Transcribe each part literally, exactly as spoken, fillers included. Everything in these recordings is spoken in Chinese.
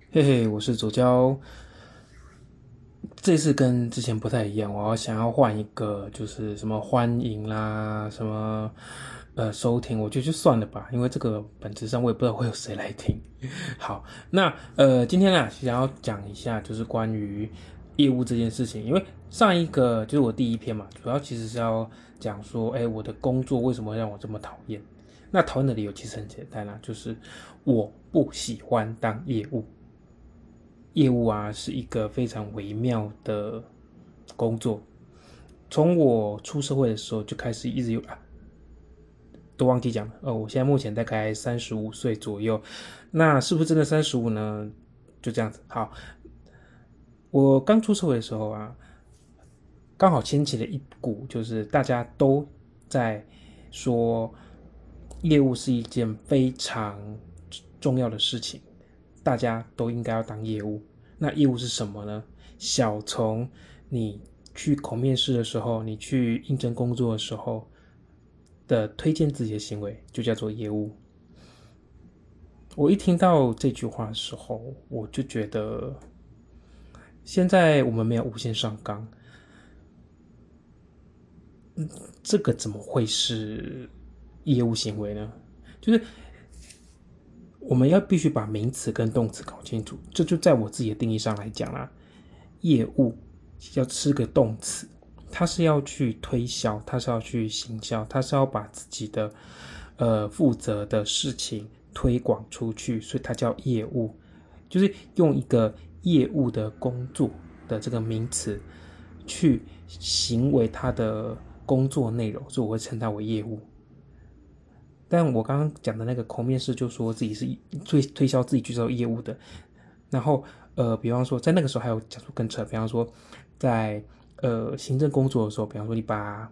嘿嘿，我是左交。这次跟之前不太一样，我要想要换一个，就是什么欢迎啦，什么呃收听，我觉得就算了吧，因为这个本质上我也不知道会有谁来听。好，那呃今天啊，想要讲一下就是关于业务这件事情，因为上一个就是我第一篇嘛，主要其实是要讲说，哎，我的工作为什么会让我这么讨厌？那讨厌的理由其实很简单啦，就是我不喜欢当业务。业务啊是一个非常微妙的工作。从我出社会的时候就开始一直有啊，都忘记讲了。呃，我现在目前大概三十五岁左右，那是不是真的三十五呢？就这样子。好，我刚出社会的时候啊，刚好掀起了一股，就是大家都在说业务是一件非常重要的事情，大家都应该要当业务。那业务是什么呢？小从你去口面试的时候，你去应征工作的时候的推荐自己的行为，就叫做业务。我一听到这句话的时候，我就觉得，现在我们没有无限上纲，这个怎么会是业务行为呢？就是我们要必须把名词跟动词搞清楚。这就在我自己的定义上来讲啦，业务要吃个动词，它是要去推销，它是要去行销，它是要把自己的呃负责的事情推广出去，所以它叫业务，就是用一个业务的工作的这个名词去行为它的工作内容，所以我会称它为业务。但我刚刚讲的那个口面试就说自己是推推销自己去做业务的，然后呃，比方说在那个时候还有讲出更扯，比方说在呃行政工作的时候，比方说你把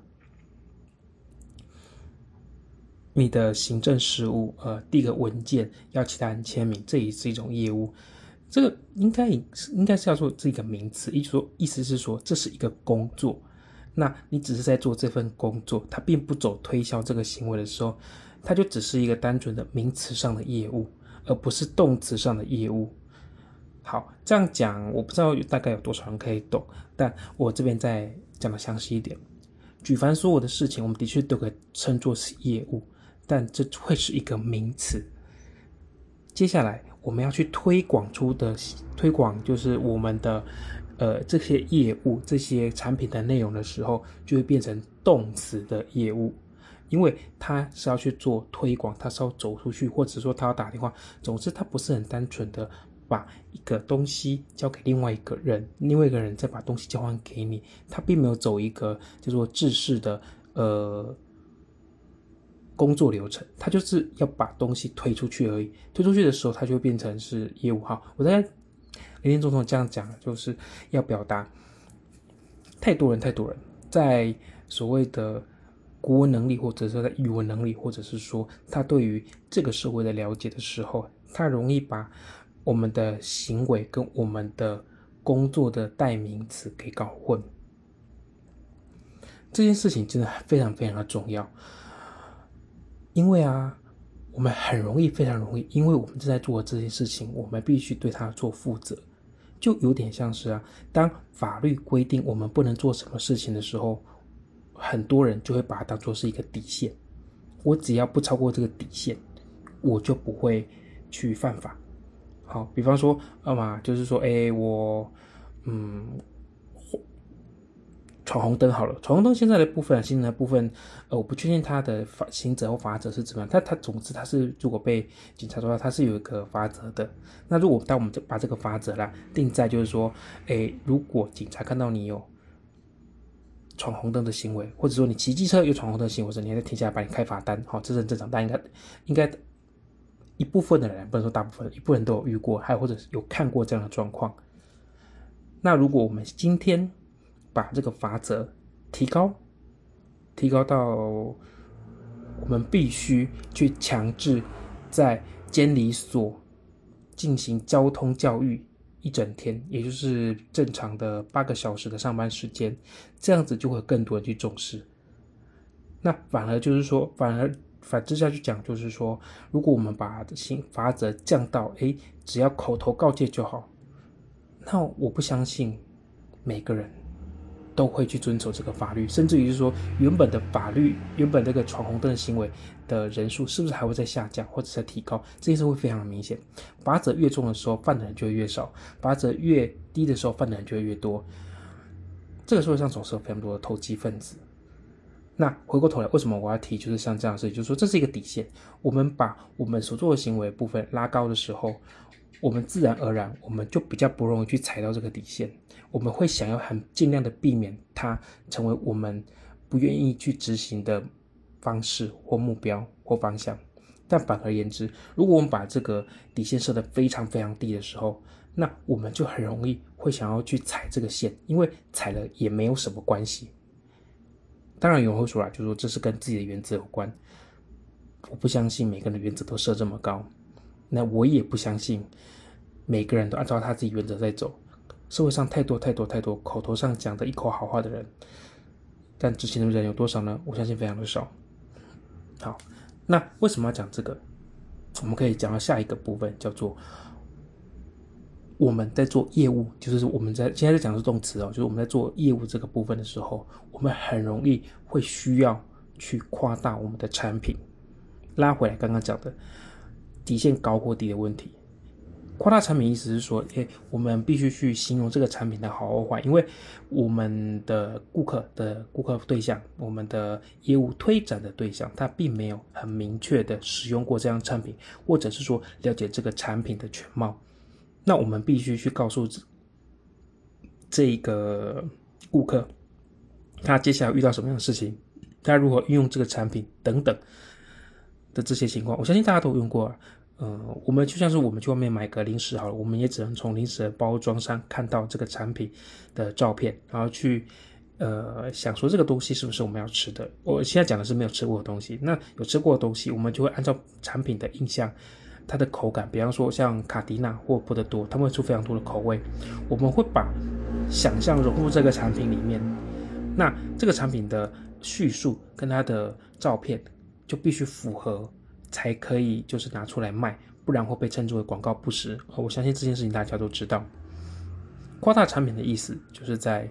你的行政事务呃递个文件要其他人签名，这也是一种业务。这个应该应该是要做这个名词，意思说意思是说这是一个工作，那你只是在做这份工作，它并不走推销这个行为的时候，它就只是一个单纯的名词上的业务，而不是动词上的业务。好，这样讲我不知道大概有多少人可以懂，但我这边再讲的详细一点。举凡所有的事情，我们的确都可以称作是业务，但这会是一个名词。接下来我们要去推广出的推广，就是我们的呃这些业务、这些产品的内容的时候，就会变成动词的业务，因为它是要去做推广，它是要走出去，或者说它要打电话，总之它不是很单纯的把一个东西交给另外一个人，另外一个人再把东西交换给你，它并没有走一个叫做制式的呃工作流程，它就是要把东西推出去而已。推出去的时候，它就会变成是业务号。我在林林总总这样讲，就是要表达太多人太多人在所谓的国文能力，或者是在语文能力，或者是说他对于这个社会的了解的时候，他容易把我们的行为跟我们的工作的代名词给搞混。这件事情真的非常非常的重要，因为啊，我们很容易，非常容易，因为我们正在做的这件事情，我们必须对它做负责。就有点像是啊，当法律规定我们不能做什么事情的时候，很多人就会把它当做是一个底线。我只要不超过这个底线，我就不会去犯法。好，比方说，呃嘛，就是说，哎，我，嗯，闯红灯好了，闯红灯现在的部分，新的部分，呃，我不确定他的法刑责或罚则是怎么样，但他总之他是如果被警察抓到，他是有一个罚则的。那如果当我们就把这个罚则啦定在就是说，诶，如果警察看到你有闯红灯的行为，或者说你骑机车有闯红灯的行为时，你还在停下来把你开罚单，好、哦，这是很正常，大家应该应该一部分的人，不能说大部分，一部分人都有遇过，还有或者有看过这样的状况。那如果我们今天把这个罚则提高，提高到我们必须去强制在监理所进行交通教育一整天，也就是正常的八个小时的上班时间，这样子就会更多人去重视。那反而就是说，反而反之下去讲，就是说，如果我们把刑罚则降到，哎，只要口头告诫就好，那我不相信每个人都会去遵守这个法律，甚至于是说，原本的法律，原本这个闯红灯的行为的人数，是不是还会在下降或者在提高？这件事会非常的明显。罚则越重的时候，犯的人就会越少；罚则越低的时候，犯的人就会越多。这个社会上总是有非常多的投机分子。那回过头来，为什么我要提就是像这样的事情？就是说这是一个底线。我们把我们所做的行为部分拉高的时候，我们自然而然我们就比较不容易去踩到这个底线。我们会想要很尽量的避免它成为我们不愿意去执行的方式或目标或方向。但反而言之，如果我们把这个底线设得非常非常低的时候，那我们就很容易会想要去踩这个线，因为踩了也没有什么关系。当然有人会说啦，就是说这是跟自己的原则有关。我不相信每个人的原则都设这么高，那我也不相信每个人都按照他自己原则在走。社会上太多太多太多口头上讲的一口好话的人，但执行的人有多少呢？我相信非常的少。好，那为什么要讲这个？我们可以讲到下一个部分，叫做我们在做业务，就是我们在现在在讲的是动词哦，就是我们在做业务这个部分的时候，我们很容易会需要去夸大我们的产品。拉回来刚刚讲的底线高或低的问题，夸大产品意思是说，诶，我们必须去形容这个产品的好或坏，因为我们的顾客的顾客对象，我们的业务推展的对象，他并没有很明确的使用过这样产品，或者是说了解这个产品的全貌。那我们必须去告诉这个顾客，他接下来遇到什么样的事情，他如何运用这个产品等等的这些情况，我相信大家都有用过啊。呃，我们就像是我们去外面买个零食好了，我们也只能从零食的包装上看到这个产品的照片，然后去呃想说这个东西是不是我们要吃的。我现在讲的是没有吃过的东西，那有吃过的东西，我们就会按照产品的印象。它的口感，比方说像卡迪娜或波德多，它们会出非常多的口味，我们会把想象融入这个产品里面。那这个产品的叙述跟它的照片就必须符合，才可以就是拿出来卖，不然会被称之为广告不实。我相信这件事情大家都知道。夸大产品的意思，就是在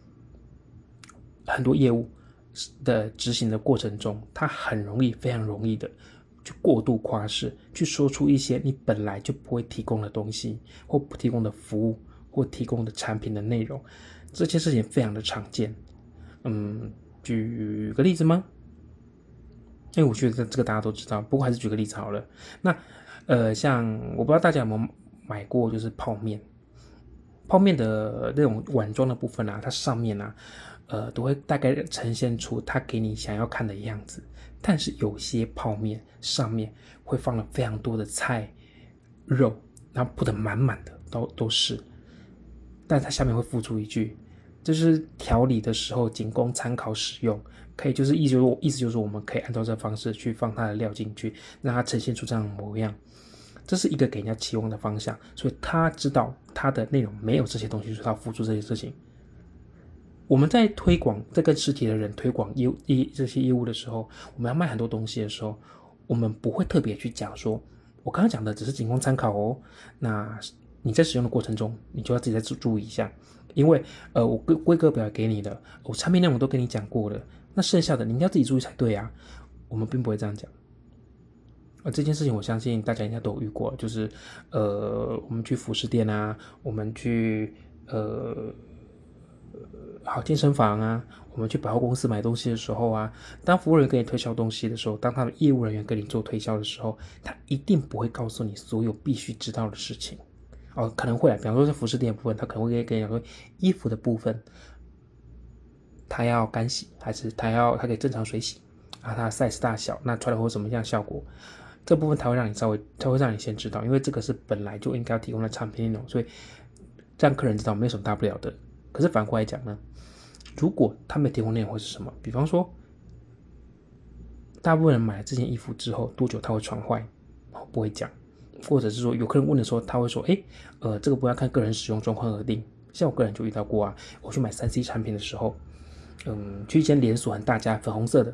很多业务的执行的过程中，它很容易，非常容易的去过度夸饰，去说出一些你本来就不会提供的东西，或不提供的服务，或提供的产品的内容。这件事情非常的常见。嗯，举个例子吗？因为我觉得这个大家都知道，不过还是举个例子好了。那呃，像我不知道大家有没有买过，就是泡面，泡面的那种碗装的部分啊，它上面啊，呃，都会大概呈现出它给你想要看的样子。但是有些泡面上面会放了非常多的菜、肉，然后铺得满满的，都都是。但它下面会附出一句，就是调理的时候仅供参考使用，可以就是意思就是意思就是我们可以按照这个方式去放它的料进去，让它呈现出这样的模样。这是一个给人家期望的方向，所以他知道他的内容没有这些东西，所以他付出这些事情。我们在推广，在跟实体的人推广业务这些业务的时候，我们要卖很多东西的时候，我们不会特别去讲说，我刚刚讲的只是仅供参考哦。那你在使用的过程中，你就要自己再注意一下，因为呃，我规格表给你的，我产品内容都跟你讲过了，那剩下的你应该自己注意才对啊。我们并不会这样讲。而这件事情，我相信大家应该都有遇过，就是呃，我们去服饰店啊，我们去呃。好健身房啊，我们去百货公司买东西的时候啊，当服务人员跟你推销东西的时候，当他的业务人员跟你做推销的时候，他一定不会告诉你所有必须知道的事情。哦，可能会来，比方说在服饰店的部分，他可能会跟你讲说，衣服的部分，他要干洗，还是他要他可以正常水洗啊？他的 size 大小，那穿了会有什么样的效果？这部分他会让你稍微，他会让你先知道，因为这个是本来就应该要提供的产品内容，所以让客人知道没有什么大不了的。可是反过来讲呢，如果他没提供内容会是什么？比方说，大部分人买了这件衣服之后多久他会穿坏，不会讲，或者是说有客人问的时候，他会说，哎，呃，这个不要看个人使用状况而定。像我个人就遇到过啊，我去买 三 C 产品的时候，嗯，去一间连锁很大家粉红色的，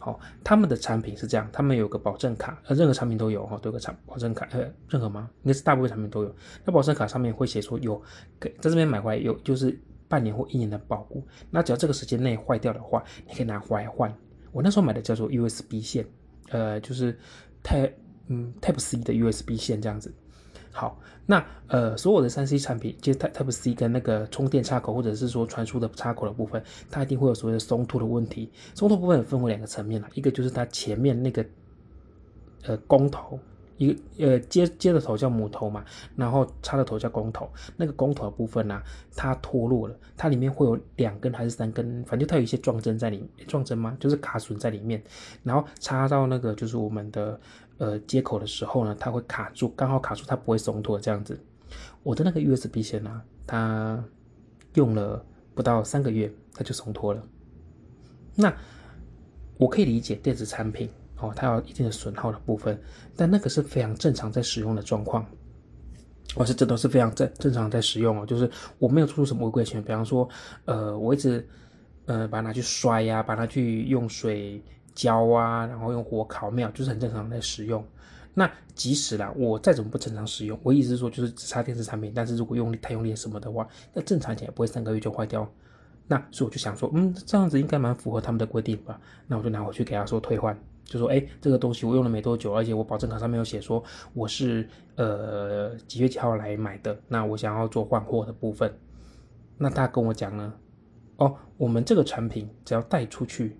好，他们的产品是这样，他们有个保证卡，呃，任何产品都有哈，都有个产保证卡，呃，任何吗？应该是大部分产品都有。那保证卡上面会写说有，在这边买回来有就是半年或一年的保固，那只要这个时间内坏掉的话，你可以拿回来换。我那时候买的叫做 U S B 线，呃，就是 Type 嗯 Type C 的 U S B 线这样子。好，那呃，所有的 三 C 产品，就是 Type C 跟那个充电插口，或者是说传输的插口的部分，它一定会有所谓的松脱的问题。松脱部分分为两个层面啦，一个就是它前面那个呃公头，一个呃接接的头叫母头嘛，然后插的头叫公头。那个公头的部分呢、啊，它脱落了，它里面会有两根还是三根，反正它有一些撞针在里面，撞针吗？就是卡榫在里面，然后插到那个就是我们的。呃，接口的时候呢，它会卡住，刚好卡住，它不会松脱这样子。我的那个 U S B 线呢，它用了不到三个月，它就松脱了。那我可以理解电子产品哦，它有一定的损耗的部分，但那个是非常正常在使用的状况。我是真的是非常正正常在使用哦，就是我没有做出什么违规行为，比方说，呃，我一直呃把它拿去摔呀、啊，把它去用水。焦啊，然后用火烤没有，就是很正常的使用。那即使啦，我再怎么不正常使用，我意思是说，就是只插电子产品，但是如果用力太用力什么的话，那正常起来不会三个月就坏掉。那所以我就想说，嗯，这样子应该蛮符合他们的规定吧？那我就拿回去给他说退换，就说，哎，这个东西我用了没多久，而且我保证卡上面有写说我是呃几月几号来买的，那我想要做换货的部分。那他跟我讲呢，哦，我们这个产品只要带出去。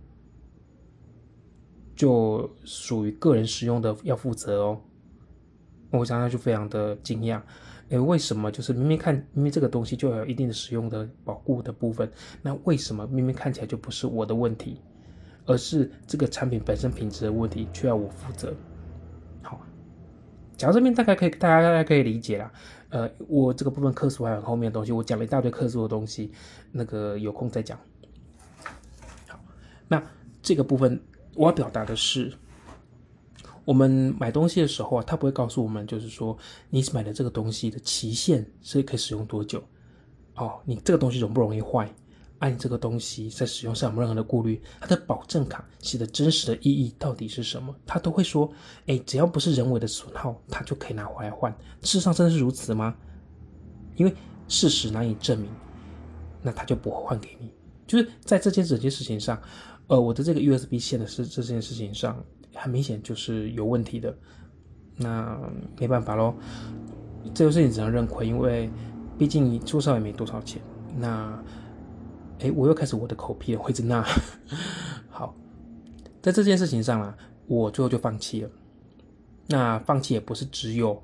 就属于个人使用的要负责哦，我想想就非常的惊讶，诶，为什么就是明明看明明这个东西就有一定的使用的保护的部分，那为什么明明看起来就不是我的问题，而是这个产品本身品质的问题却要我负责？好，讲到这边大概可以大家大概可以理解啦。呃，我这个部分客诉还有后面的东西，我讲了一大堆客诉的东西，那个有空再讲。好，那这个部分。我要表达的是，我们买东西的时候啊，他不会告诉我们，就是说你买的这个东西的期限是可以使用多久，哦，你这个东西容不容易坏，按、啊、你这个东西在使用上有没有任何的顾虑，它的保证卡写的真实的意义到底是什么？他都会说，哎，只要不是人为的损耗，他就可以拿回来换。事实上真的是如此吗？因为事实难以证明，那他就不会换给你。就是在这件整件事情上。呃，我的这个 U S B 线的是这件事情上，很明显就是有问题的。那没办法咯，这个事情只能认亏，因为毕竟出售也没多少钱。那，哎，我又开始我的口癖了，会在那。好，在这件事情上啦，我最后就放弃了。那放弃也不是只有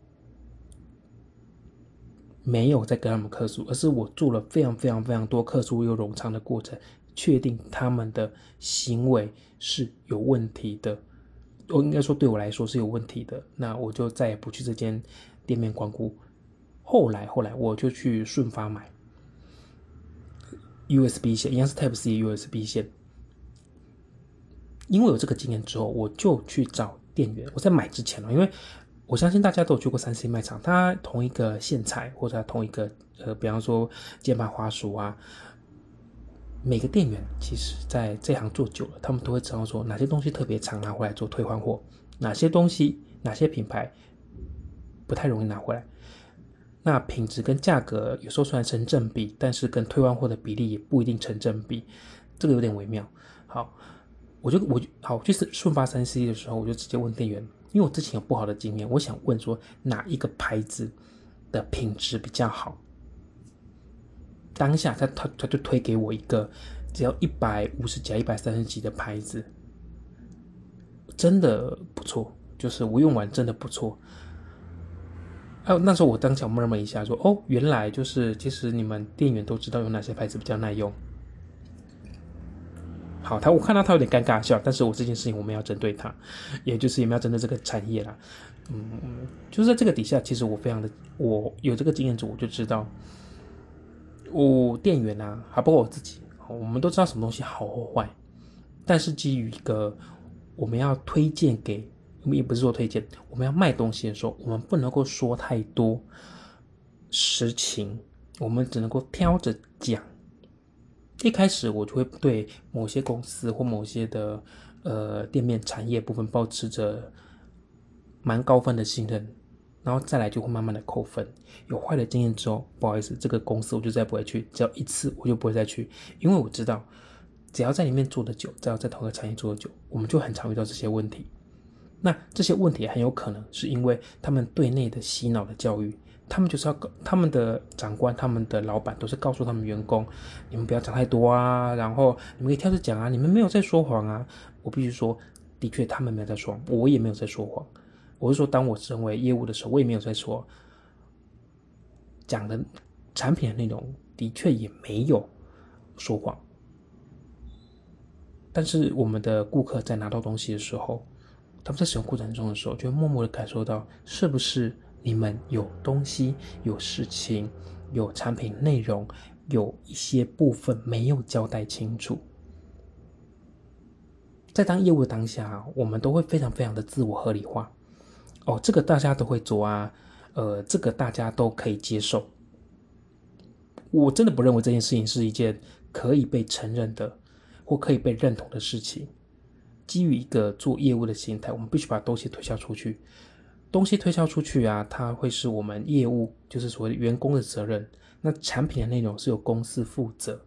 没有在跟他们客诉，而是我做了非常非常非常多客诉又冗长的过程。确定他们的行为是有问题的，我应该说对我来说是有问题的，那我就再也不去这间店面光顾。后来后来我就去顺发买 U S B 线，一样是 Type C U S B 线。因为有这个经验之后，我就去找店员。我在买之前，因为我相信大家都有去过三 C 卖场，它同一个线材或者同一个呃，比方说键盘滑鼠啊。每个店员其实在这行做久了，他们都会知道说哪些东西特别常拿回来做退换货，哪些东西哪些品牌不太容易拿回来。那品质跟价格有时候虽然成正比，但是跟退换货的比例也不一定成正比，这个有点微妙。好，我就我好去顺发三 C 的时候，我就直接问店员，因为我之前有不好的经验，我想问说哪一个牌子的品质比较好。当下他他他就推给我一个只要一百五十几、一百三十几的牌子，真的不错，就是我用完真的不错。还有那时候我当下默默一下说，哦，原来就是其实你们店员都知道有哪些牌子比较耐用。好，他我看到他有点尴尬笑，但是我这件事情我们要针对他，也就是也没有针对这个产业啦。嗯，就是在这个底下，其实我非常的，我有这个经验值，我就知道。我店员啊，还包括我自己，我们都知道什么东西好或坏，但是基于一个我们要推荐给，我们也不是说推荐，我们要卖东西的时候，我们不能够说太多实情，我们只能够挑着讲。一开始我就会对某些公司或某些的呃店面产业部分保持着蛮高分的信任，然后再来就会慢慢的扣分。有坏的经验之后，不好意思，这个公司我就再不会去，只要一次我就不会再去，因为我知道，只要在里面做的久，只要在同一个产业做的久，我们就很常遇到这些问题。那这些问题很有可能是因为他们对内的洗脑的教育，他们就是要他们的长官、他们的老板都是告诉他们员工，你们不要讲太多啊，然后你们可以跳着讲啊，你们没有在说谎啊。我必须说，的确他们没有在说谎，我也没有在说谎。我是说，当我成为业务的时候，我也没有在说讲的产品的内容，的确也没有说谎。但是我们的顾客在拿到东西的时候，他们在使用过程中的时候，就会默默的感受到，是不是你们有东西、有事情、有产品内容，有一些部分没有交代清楚。在当业务的当下，我们都会非常非常的自我合理化。哦，这个大家都会做啊，呃，这个大家都可以接受。我真的不认为这件事情是一件可以被承认的，或可以被认同的事情。基于一个做业务的心态，我们必须把东西推销出去。东西推销出去啊，它会是我们业务，就是所谓的员工的责任。那产品的内容是由公司负责。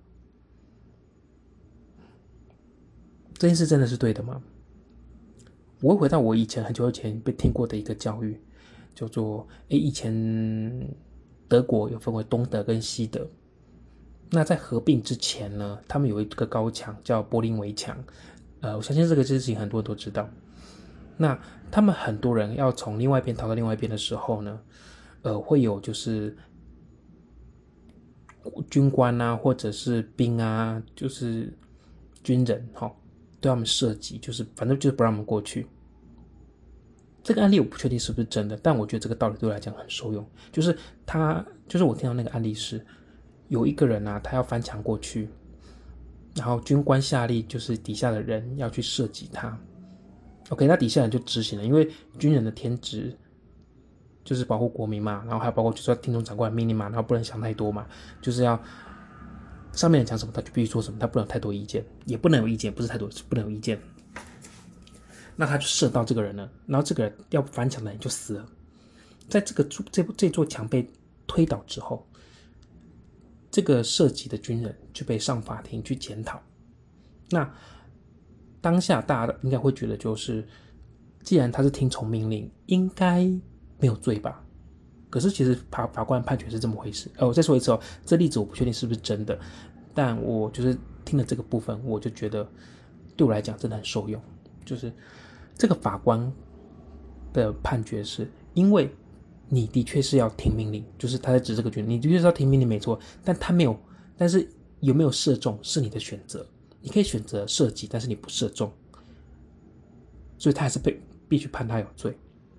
这件事真的是对的吗？我会回到我以前很久以前被听过的一个教育，叫做诶，以前德国有分为东德跟西德。那在合并之前呢，他们有一个高墙叫柏林围墙。呃，我相信这个事情很多人都知道。那他们很多人要从另外一边逃到另外一边的时候呢，呃，会有就是军官啊，或者是兵啊，就是军人哈、哦，对他们射击，就是反正就是不让他们过去。这个案例我不确定是不是真的，但我觉得这个道理对我来讲很受用。就是他，就是我听到那个案例是，有一个人啊，他要翻墙过去，然后军官下令，就是底下的人要去射击他。OK， 那底下人就执行了，因为军人的天职就是保护国民嘛，然后还有包括就是要听从长官的命令嘛，然后不能想太多嘛，就是要上面人讲什么他就必须做什么，他不能有太多意见，也不能有意见，不是太多，是不能有意见。那他就射到这个人了，然后这个人要翻墙的人就死了。在这个这这座墙被推倒之后，这个射击的军人就被上法庭去检讨。那当下大家应该会觉得，就是既然他是听从命令，应该没有罪吧？可是其实法法官判决是这么回事。呃，我再说一次哦，这例子我不确定是不是真的，但我就是听了这个部分，我就觉得对我来讲真的很受用。就是这个法官的判决是，因为你的确是要听命令，就是他在指这个军人，你的确是要听命令没错，但他没有，但是有没有射中是你的选择，你可以选择射击，但是你不射中，所以他还是被必须判他有罪。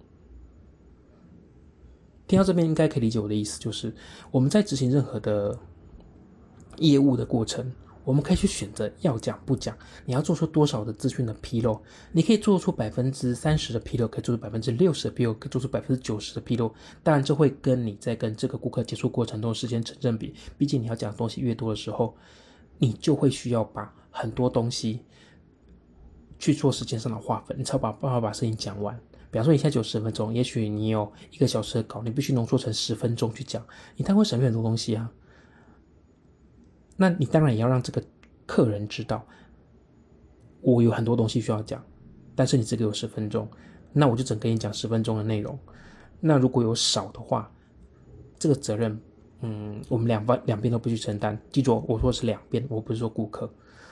听到这边应该可以理解我的意思，就是我们在执行任何的业务的过程，我们可以去选择要讲不讲，你要做出多少的资讯的披露，你可以做出百分之三十的披露，可以做出百分之六十的披露，可以做出百分之九十的披露。当然，这会跟你在跟这个顾客接触过程中的时间成正比。毕竟你要讲的东西越多的时候，你就会需要把很多东西去做时间上的划分，你才有办法把事情讲完。比方说你现在只有十分钟，也许你有一个小时的稿，你必须浓缩成十分钟去讲，你当然会省略很多东西啊。那你当然也要让这个客人知道，我有很多东西需要讲，但是你只给我十分钟，那我就只跟你讲十分钟的内容。那如果有少的话，这个责任，嗯，我们两方两边都必须承担。记住，我说的是两边，我不是说顾客。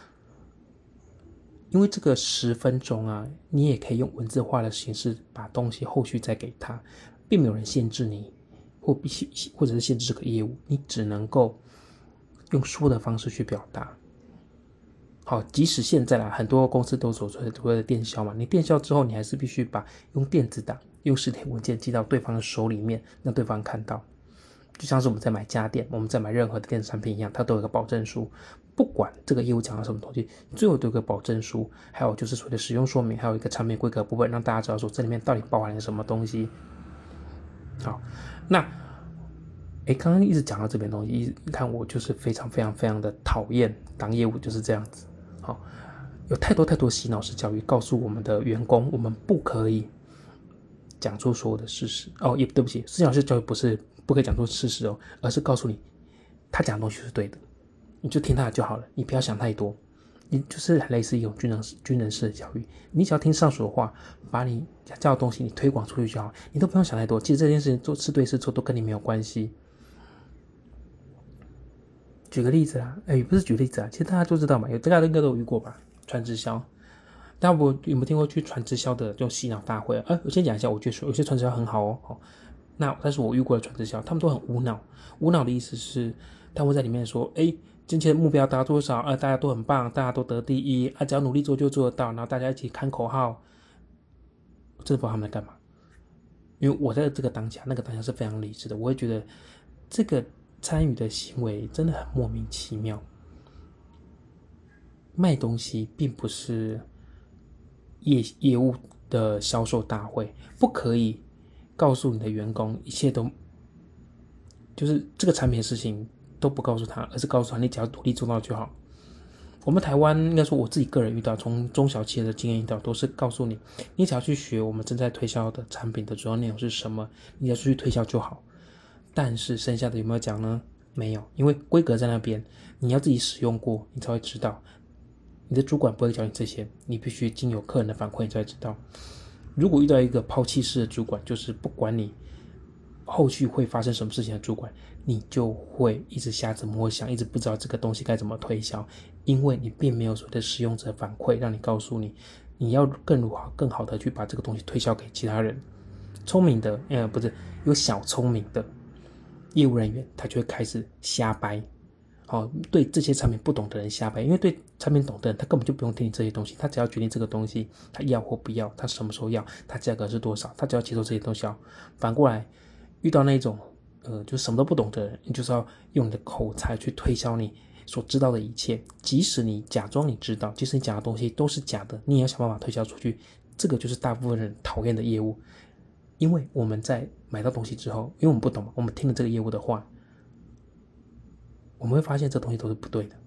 因为这个十分钟啊，你也可以用文字化的形式把东西后续再给他，并没有人限制你，或必须或者是限制这个业务，你只能够用说的方式去表达。好，即使现在啦，很多公司都走出所谓的电销嘛，你电销之后，你还是必须把用电子档、用实体文件寄到对方的手里面，让对方看到。就像是我们在买家电，我们在买任何的电子产品一样，它都有一个保证书。不管这个业务讲到什么东西，最后都有一个保证书，还有就是所谓的使用说明，还有一个产品规格部分，让大家知道说这里面到底包含了什么东西。好，那诶，刚刚一直讲到这边东西，你看我就是非常非常非常的讨厌当业务就是这样子。好， 有太多太多洗脑式教育告诉我们的员工，我们不可以讲出所有的事实。哦，也对不起，洗脑式教育不是不可以讲出事实哦，而是告诉你他讲的东西是对的，你就听他的就好了，你不要想太多。你就是类似一种军人军人式的教育，你只要听上属的话，把你教的东西你推广出去就好，你都不用想太多。其实这件事情做是对是错都跟你没有关系。举个例子啦，哎，不是举例子啊，其实大家都知道嘛，有大家应该都有遇过吧？传直销，大家有没有听过去传直销的这种洗脑大会？呃，我先讲一下，我觉得有些传直销很好哦，好，那但是我遇过的传直销，他们都很无脑。无脑的意思是，他会在里面说，哎，今天的目标达到多少？呃，大家都很棒，大家都得第一啊，只要努力做就做得到，然后大家一起喊口号。我真的不知道他们在干嘛，因为我在这个当下，那个当下是非常理智的，我会觉得这个参与的行为真的很莫名其妙。卖东西并不是业业务的销售大会，不可以告诉你的员工一切都就是这个产品的事情都不告诉他，而是告诉他你只要努力做到就好。我们台湾应该说我自己个人遇到，从中小企业的经验遇到，都是告诉你，你只要去学我们正在推销的产品的主要内容是什么，你只要去推销就好。但是剩下的有没有讲呢？没有，因为规格在那边，你要自己使用过，你才会知道。你的主管不会教你这些，你必须经由客人的反馈，你才会知道。如果遇到一个抛弃式的主管，就是不管你后续会发生什么事情的主管，你就会一直瞎子摸象，一直不知道这个东西该怎么推销，因为你并没有所谓的使用者反馈，让你告诉你，你要更如何更好的去把这个东西推销给其他人。聪明的，呃，不是有小聪明的业务人员，他就会开始瞎掰。好，对这些产品不懂的人瞎掰，因为对产品懂的人，他根本就不用听你这些东西，他只要决定这个东西他要或不要，他什么时候要，他价格是多少，他只要接受这些东西。反过来，遇到那种呃，就什么都不懂的人，你就是要用你的口才去推销你所知道的一切，即使你假装你知道，即使你讲的东西都是假的，你也要想办法推销出去。这个就是大部分人讨厌的业务，因为我们在买到东西之后，因为我们不懂嘛，我们听了这个业务的话，我们会发现这东西都是不对的。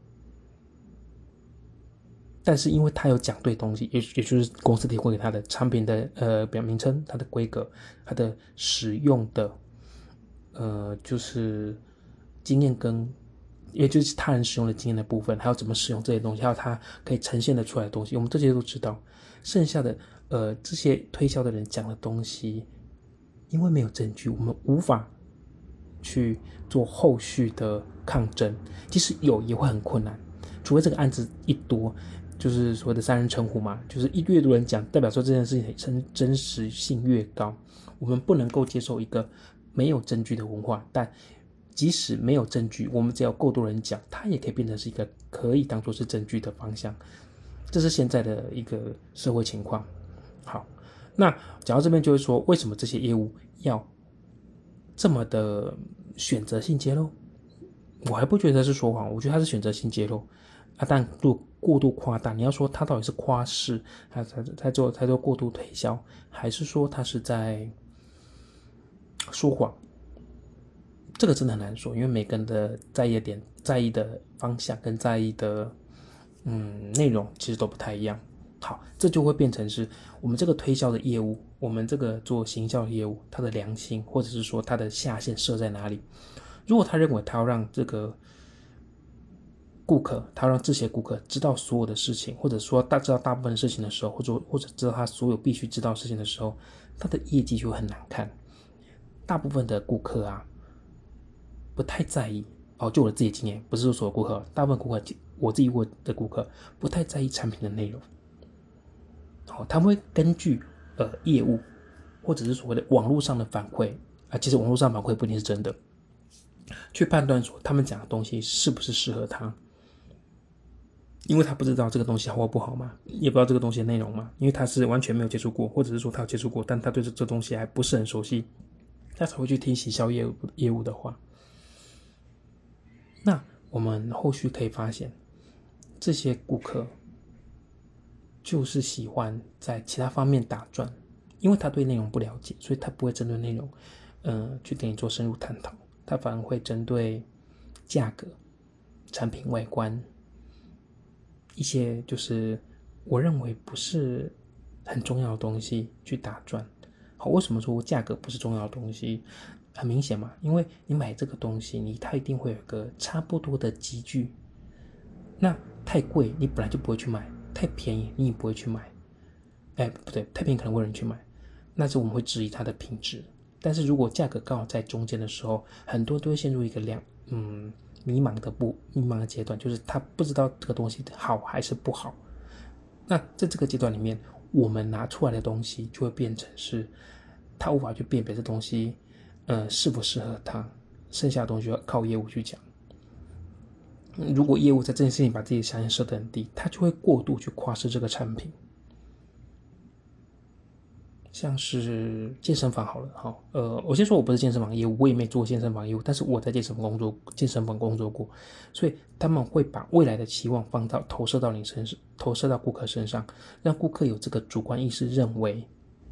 但是因为他有讲对东西，也也就是公司提供给他的产品的呃表名称、它的规格、它的使用的呃就是经验跟，也就是他人使用的经验的部分，还有怎么使用这些东西，还有他可以呈现得出来的东西，我们这些都知道。剩下的呃这些推销的人讲的东西，因为没有证据，我们无法去做后续的抗争，即使有也会很困难，除非这个案子一多，就是所谓的三人成虎嘛，就是一越多人讲，代表说这件事情真真实性越高。我们不能够接受一个没有证据的文化，但即使没有证据，我们只要够多人讲，它也可以变成是一个可以当作是证据的方向。这是现在的一个社会情况。好，那讲到这边就会说，为什么这些业务要这么的选择性揭露？我还不觉得是说谎，我觉得它是选择性揭露啊。但如果过度夸大，你要说它到底是夸饰，它在在做在做过度推销，还是说它是在说谎？这个真的很难说，因为每个人的在意的点、在意的方向跟在意的嗯内容其实都不太一样。好，这就会变成是我们这个推销的业务，我们这个做行销的业务，它的良心或者是说它的下限设在哪里？如果他认为他要让这个顾客，他要让这些顾客知道所有的事情，或者说大知道大部分的事情的时候，或者或者知道他所有必须知道的事情的时候，他的业绩就会很难看。大部分的顾客啊，不太在意哦。就我的自己经验，不是说所有顾客，大部分顾客，我自己我的顾客不太在意产品的内容。哦，他们会根据呃业务，或者是所谓的网络上的反馈啊，其实网络上反馈不一定是真的。去判断说他们讲的东西是不是适合他，因为他不知道这个东西好或不好嘛，也不知道这个东西的内容嘛，因为他是完全没有接触过，或者是说他有接触过，但他对这这东西还不是很熟悉，他才会去听行销业务业务的话。那我们后续可以发现，这些顾客就是喜欢在其他方面打转，因为他对内容不了解，所以他不会针对内容，呃，去跟你做深入探讨。它反而会针对价格、产品外观一些就是我认为不是很重要的东西去打转。好，为什么说价格不是重要的东西？很明显嘛，因为你买这个东西，你它一定会有个差不多的集聚。那太贵，你本来就不会去买；太便宜，你也不会去买。哎，不对，太便宜可能会有人去买，那是我们会质疑它的品质。但是如果价格刚好在中间的时候，很多都会陷入一个两嗯迷茫的不迷茫的阶段，就是他不知道这个东西好还是不好。那在这个阶段里面，我们拿出来的东西就会变成是，他无法去辨别这东西，呃，适不适合他，剩下的东西要靠业务去讲。如果业务在这件事情把自己的下限设得很低，他就会过度去夸饰这个产品。像是健身房好了，好，呃，我先说我不是健身房业务，我也没做健身房业务，但是我在健身房工作，健身房工作过，所以他们会把未来的期望放到投射到你身上，投射到顾客身上，让顾客有这个主观意识，认为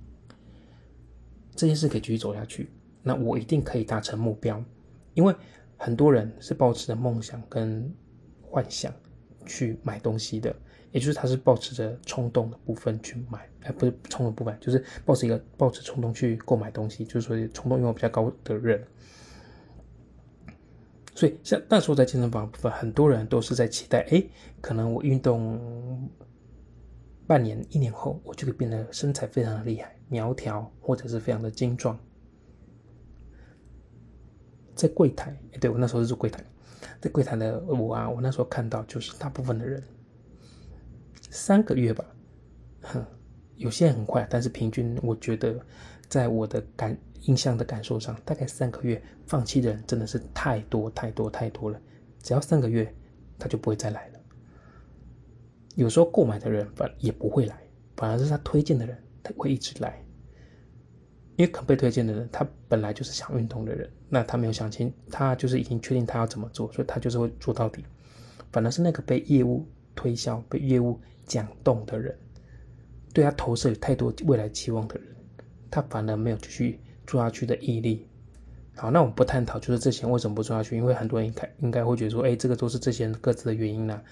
这件事可以继续走下去，那我一定可以达成目标，因为很多人是抱持着梦想跟幻想去买东西的。也就是他是抱持着冲动的部分去买，哎，不是冲动的部分，就是抱持一个抱持冲动去购买东西，就是说冲动欲望比较高的人。所以像那时候在健身房部分，很多人都是在期待，哎，可能我运动半年、一年后，我就可以变得身材非常的厉害、苗条，或者是非常的精壮。在柜台，对我那时候是做柜台，在柜台的我啊，我那时候看到就是大部分的人。三个月吧，哼，有些很快，但是平均我觉得，在我的感印象的感受上，大概三个月放弃的人真的是太多太多太多了。只要三个月，他就不会再来了。有时候购买的人反也不会来，反而是他推荐的人，他会一直来。因为肯被推荐的人，他本来就是想运动的人，那他没有想清，他就是已经确定他要怎么做，所以他就是会做到底。反而是那个被业务推销、被业务讲动的人，对他投射有太多未来期望的人，他反而没有继续做下去的毅力。好，那我们不探讨就是这些人为什么不做下去，因为很多人应该应该会觉得说，哎，这个都是这些人各自的原因啦、啊。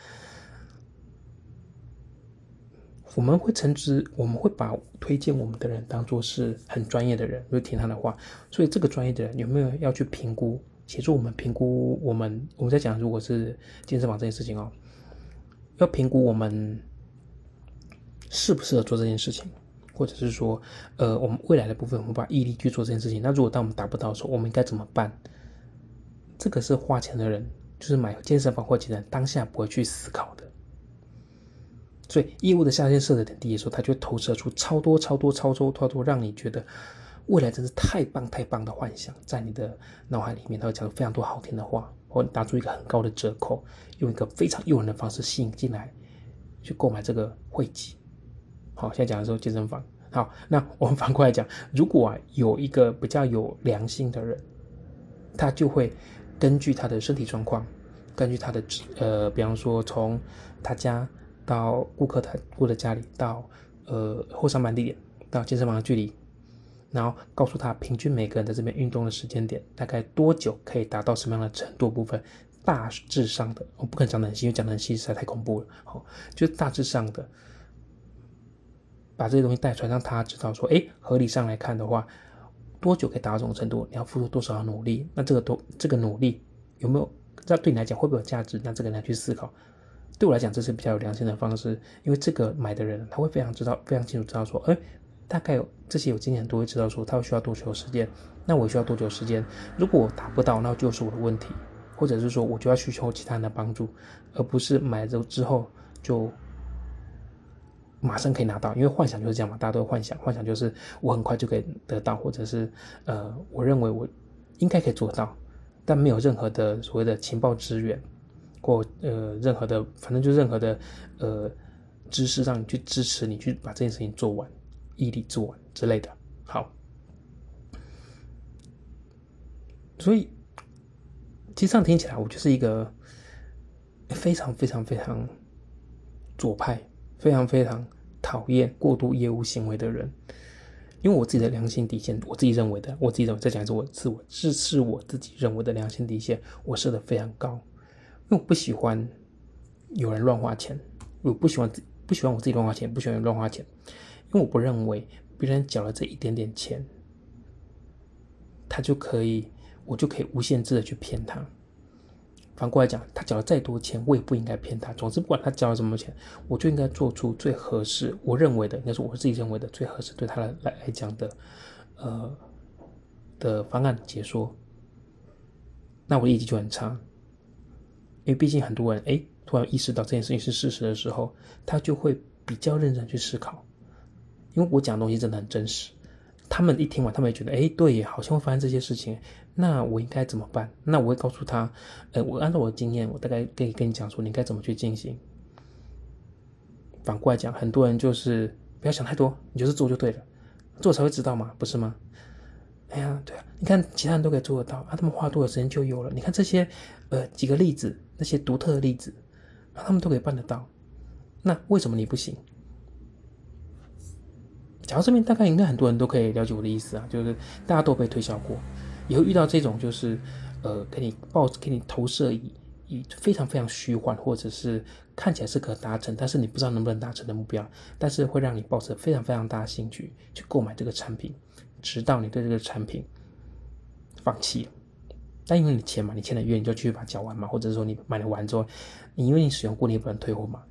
我们会称之，我们会把推荐我们的人当作是很专业的人，就听他的话。所以这个专业的人有没有要去评估，协助我们评估我们我们在讲如果是健身房这件事情哦，要评估我们适不适合做这件事情，或者是说，呃，我们未来的部分，我们把毅力去做这件事情。那如果当我们达不到的时候，我们应该怎么办？这个是花钱的人，就是买健身房或者人当下不会去思考的。所以业务的下限设得很低的时候，它就会投射出超多超多超多超多，让你觉得未来真是太棒太棒的幻想，在你的脑海里面，它会讲非常多好听的话，或打出一个很高的折扣，用一个非常诱人的方式吸引进来，去购买这个会籍。好，现在讲的时候健身房。好，那我们反过来讲，如果啊有一个比较有良心的人，他就会根据他的身体状况，根据他的呃，比方说从他家到顾客他顾的家里到呃或上班地点到健身房的距离，然后告诉他平均每个人在这边运动的时间点大概多久可以达到什么样的程度部分，大致上的，我不可能讲得很细，因为讲得很细实在太恐怖了。好，就是大致上的把这些东西带出来，让他知道说，哎，合理上来看的话，多久可以达到这种程度？你要付出多少的努力？那这个多这个努力有没有？这对你来讲会不会有价值？那这个你要去思考。对我来讲，这是比较有良心的方式，因为这个买的人他会非常知道、非常清楚知道说，哎，大概有这些有经验都会知道说，他会需要多久时间，那我需要多久时间？如果我达不到，那就是我的问题，或者是说我就要需求其他人的帮助，而不是买了之后就马上可以拿到，因为幻想就是这样嘛，大家都幻想，幻想就是我很快就可以得到，或者是呃，我认为我应该可以做到，但没有任何的所谓的情报资源。或呃任何的，反正就任何的呃知识让你去支持你去把这件事情做完，毅力做完之类的。好，所以其实这样听起来，我就是一个非常非常非常左派，非常非常讨厌过度业务行为的人。因为我自己的良心底线，我自己认为的，我自己认为，再讲一次，我是我是是我自己认为的良心底线，我设的非常高。因为我不喜欢有人乱花钱，我不喜欢不喜欢我自己乱花钱，不喜欢乱花钱，因为我不认为别人缴了这一点点钱，他就可以，我就可以无限制的去骗他。反过来讲，他缴了再多钱，我也不应该骗他。总之，不管他缴了什么钱，我就应该做出最合适，我认为的，应该是我自己认为的最合适对他来来讲的，呃的方案解说。那我的业绩就很差，因为毕竟很多人哎突然意识到这件事情是事实的时候，他就会比较认真去思考，因为我讲的东西真的很真实。他们一听完，他们也觉得，哎，对耶，好像会发生这些事情，那我应该怎么办？那我会告诉他，呃，我按照我的经验，我大概可以跟你讲说，你应该怎么去进行。反过来讲，很多人就是不要想太多，你就是做就对了，做才会知道嘛，不是吗？哎呀，对啊，你看其他人都可以做得到，啊，他们花多少时间就有了。你看这些，呃，几个例子，那些独特的例子，啊，他们都可以办得到，那为什么你不行？讲到这边，大概应该很多人都可以了解我的意思啊，就是大家都被推销过，也会遇到这种就是，呃，给你报给你投射以以非常非常虚幻，或者是看起来是可达成，但是你不知道能不能达成的目标，但是会让你抱着非常非常大的兴趣去购买这个产品，直到你对这个产品放弃了。但因为你钱嘛，你签了约，你就继续把它缴完嘛，或者是说你买了完之后，你因为你使用过，你也不能退货嘛。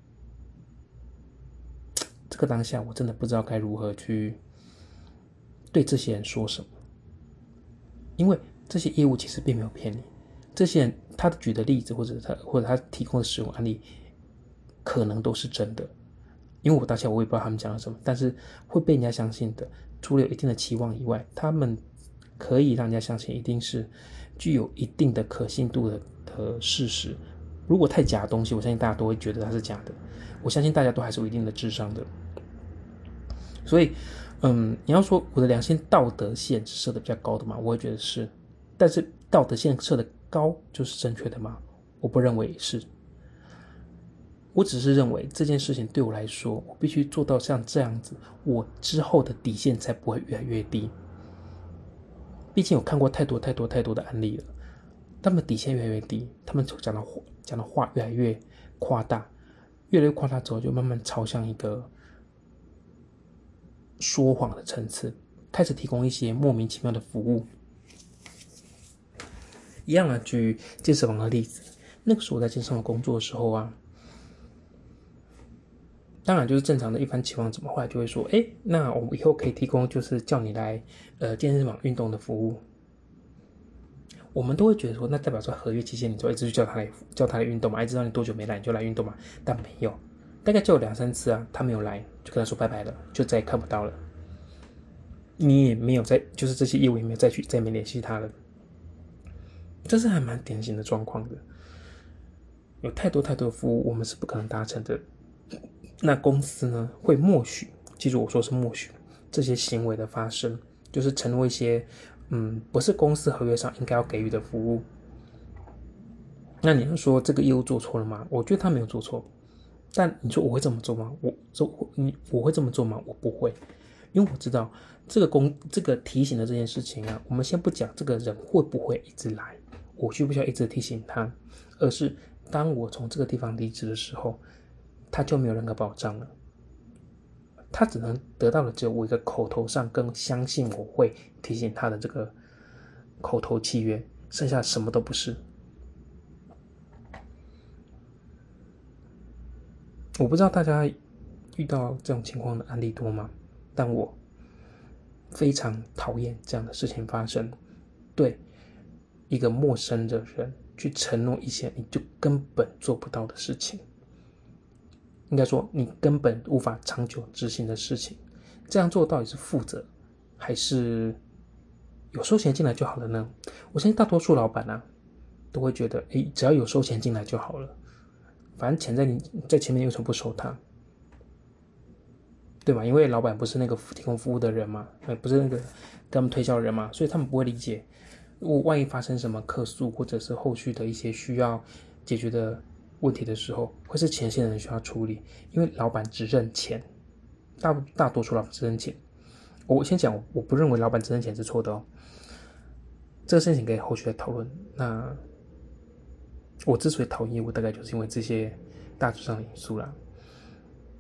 这个当下我真的不知道该如何去对这些人说什么，因为这些业务其实并没有骗你，这些人他举的例子或者他或者他提供的使用案例可能都是真的，因为我当下我也不知道他们讲了什么，但是会被人家相信的，除了有一定的期望以外，他们可以让人家相信一定是具有一定的可信度 的, 的事实。如果太假的东西，我相信大家都会觉得它是假的，我相信大家都还是有一定的智商的。所以，嗯，你要说我的良心道德线是设的比较高的吗？我会觉得是，但是道德线设的高就是正确的吗？我不认为是。我只是认为这件事情对我来说，我必须做到像这样子，我之后的底线才不会越来越低。毕竟我看过太多太多太多的案例了，他们底线越来越低，他们讲的话讲的话越来越夸大，越来越夸大之后，就慢慢朝向一个说谎的层次，开始提供一些莫名其妙的服务。一样啊，举健身房的例子，那个时候我在健身房工作的时候啊，当然就是正常的一般情况，怎么后来就会说，哎，那我们以后可以提供就是叫你来呃健身房运动的服务。我们都会觉得说，那代表说合约期间你就一直去叫他来叫他来运动嘛，一直知道你多久没来你就来运动嘛，但没有。大概就有两三次啊，他没有来，就跟他说拜拜了，就再也看不到了。你也没有再，就是这些业务也没有再去，再没联系他了。这是还蛮典型的状况的。有太多太多的服务，我们是不可能达成的。那公司呢，会默许，记住我说是默许这些行为的发生，就是承诺一些，嗯，不是公司合约上应该要给予的服务。那你要说这个业务做错了吗？我觉得他没有做错。但你说我会这么做吗？我说你我会这么做吗？我不会，因为我知道这个公这个提醒的这件事情啊，我们先不讲这个人会不会一直来，我需不需要一直提醒他，而是当我从这个地方离职的时候，他就没有任何保障了。他只能得到的只有我一个口头上跟相信我会提醒他的这个口头契约，剩下什么都不是。我不知道大家遇到这种情况的案例多吗？但我非常讨厌这样的事情发生，对一个陌生的人去承诺一些你就根本做不到的事情，应该说你根本无法长久执行的事情，这样做到底是负责还是有收钱进来就好了呢？我相信大多数老板啊都会觉得，诶，只要有收钱进来就好了，反正钱在你在前面，为什么不收他？对吗？因为老板不是那个提供服务的人嘛，不是那个跟他们推销的人嘛，所以他们不会理解，我万一发生什么客诉或者是后续的一些需要解决的问题的时候，会是前线的人需要处理，因为老板只认钱，大大多数老板只认钱。我先讲，我不认为老板只认钱是错的哦，这个事情可以后续来讨论。那我之所以讨厌业务，大概就是因为这些大致上的因素啦。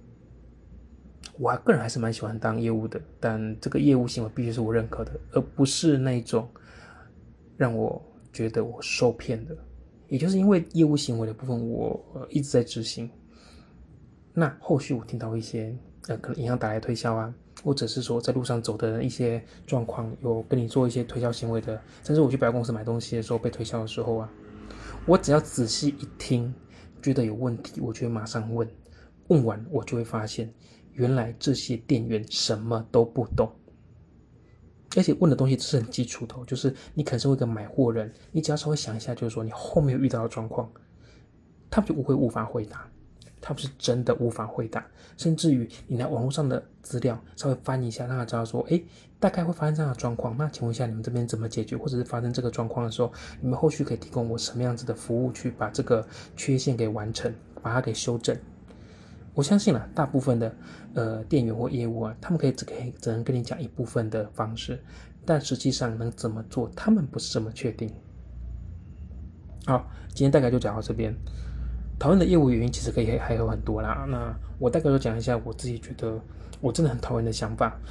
我个人还是蛮喜欢当业务的，但这个业务行为必须是我认可的，而不是那种让我觉得我受骗的。也就是因为业务行为的部分我、呃、一直在执行，那后续我听到一些呃可能银行打来推销啊，或者是说在路上走的一些状况，有跟你做一些推销行为的，甚至我去百货公司买东西的时候被推销的时候啊，我只要仔细一听，觉得有问题，我就会马上问，问完我就会发现，原来这些店员什么都不懂。而且问的东西是很基础的、哦，就是你可能是一个买货人，你只要稍微想一下，就是说你后面遇到的状况，他们就不会无法回答，他们是真的无法回答，甚至于你拿网络上的资料稍微翻一下，让他知道说，哎，大概会发生这样的状况，那请问一下你们这边怎么解决，或者是发生这个状况的时候，你们后续可以提供我什么样子的服务去把这个缺陷给完成，把它给修正。我相信啦，大部分的呃店员或业务啊，他们可以只可以只能跟你讲一部分的方式，但实际上能怎么做，他们不是这么确定。好，今天大概就讲到这边。讨厌的业务原因其实可以还有很多啦，那我大概就讲一下我自己觉得我真的很讨厌的想法。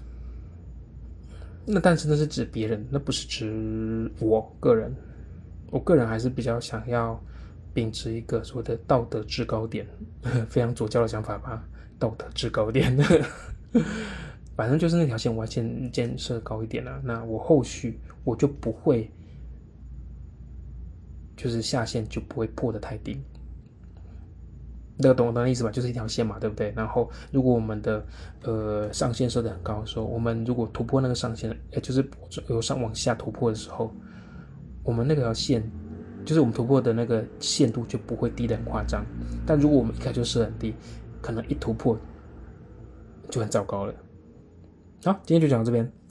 那但是那是指别人，那不是指我个人。我个人还是比较想要秉持一个所谓的道德制高点，非常左教的想法吧，道德制高点。反正就是那条线我要先建设高一点啦、啊，那我后续我就不会，就是下线就不会破得太低。那个懂我的意思吧？就是一条线嘛，对不对？然后如果我们的呃上限设得很高的时候，我们如果突破那个上限，也就是由上往下突破的时候，我们那条线就是我们突破的那个限度就不会低得很夸张。但如果我们一开始就设很低，可能一突破就很糟糕了。好，今天就讲到这边。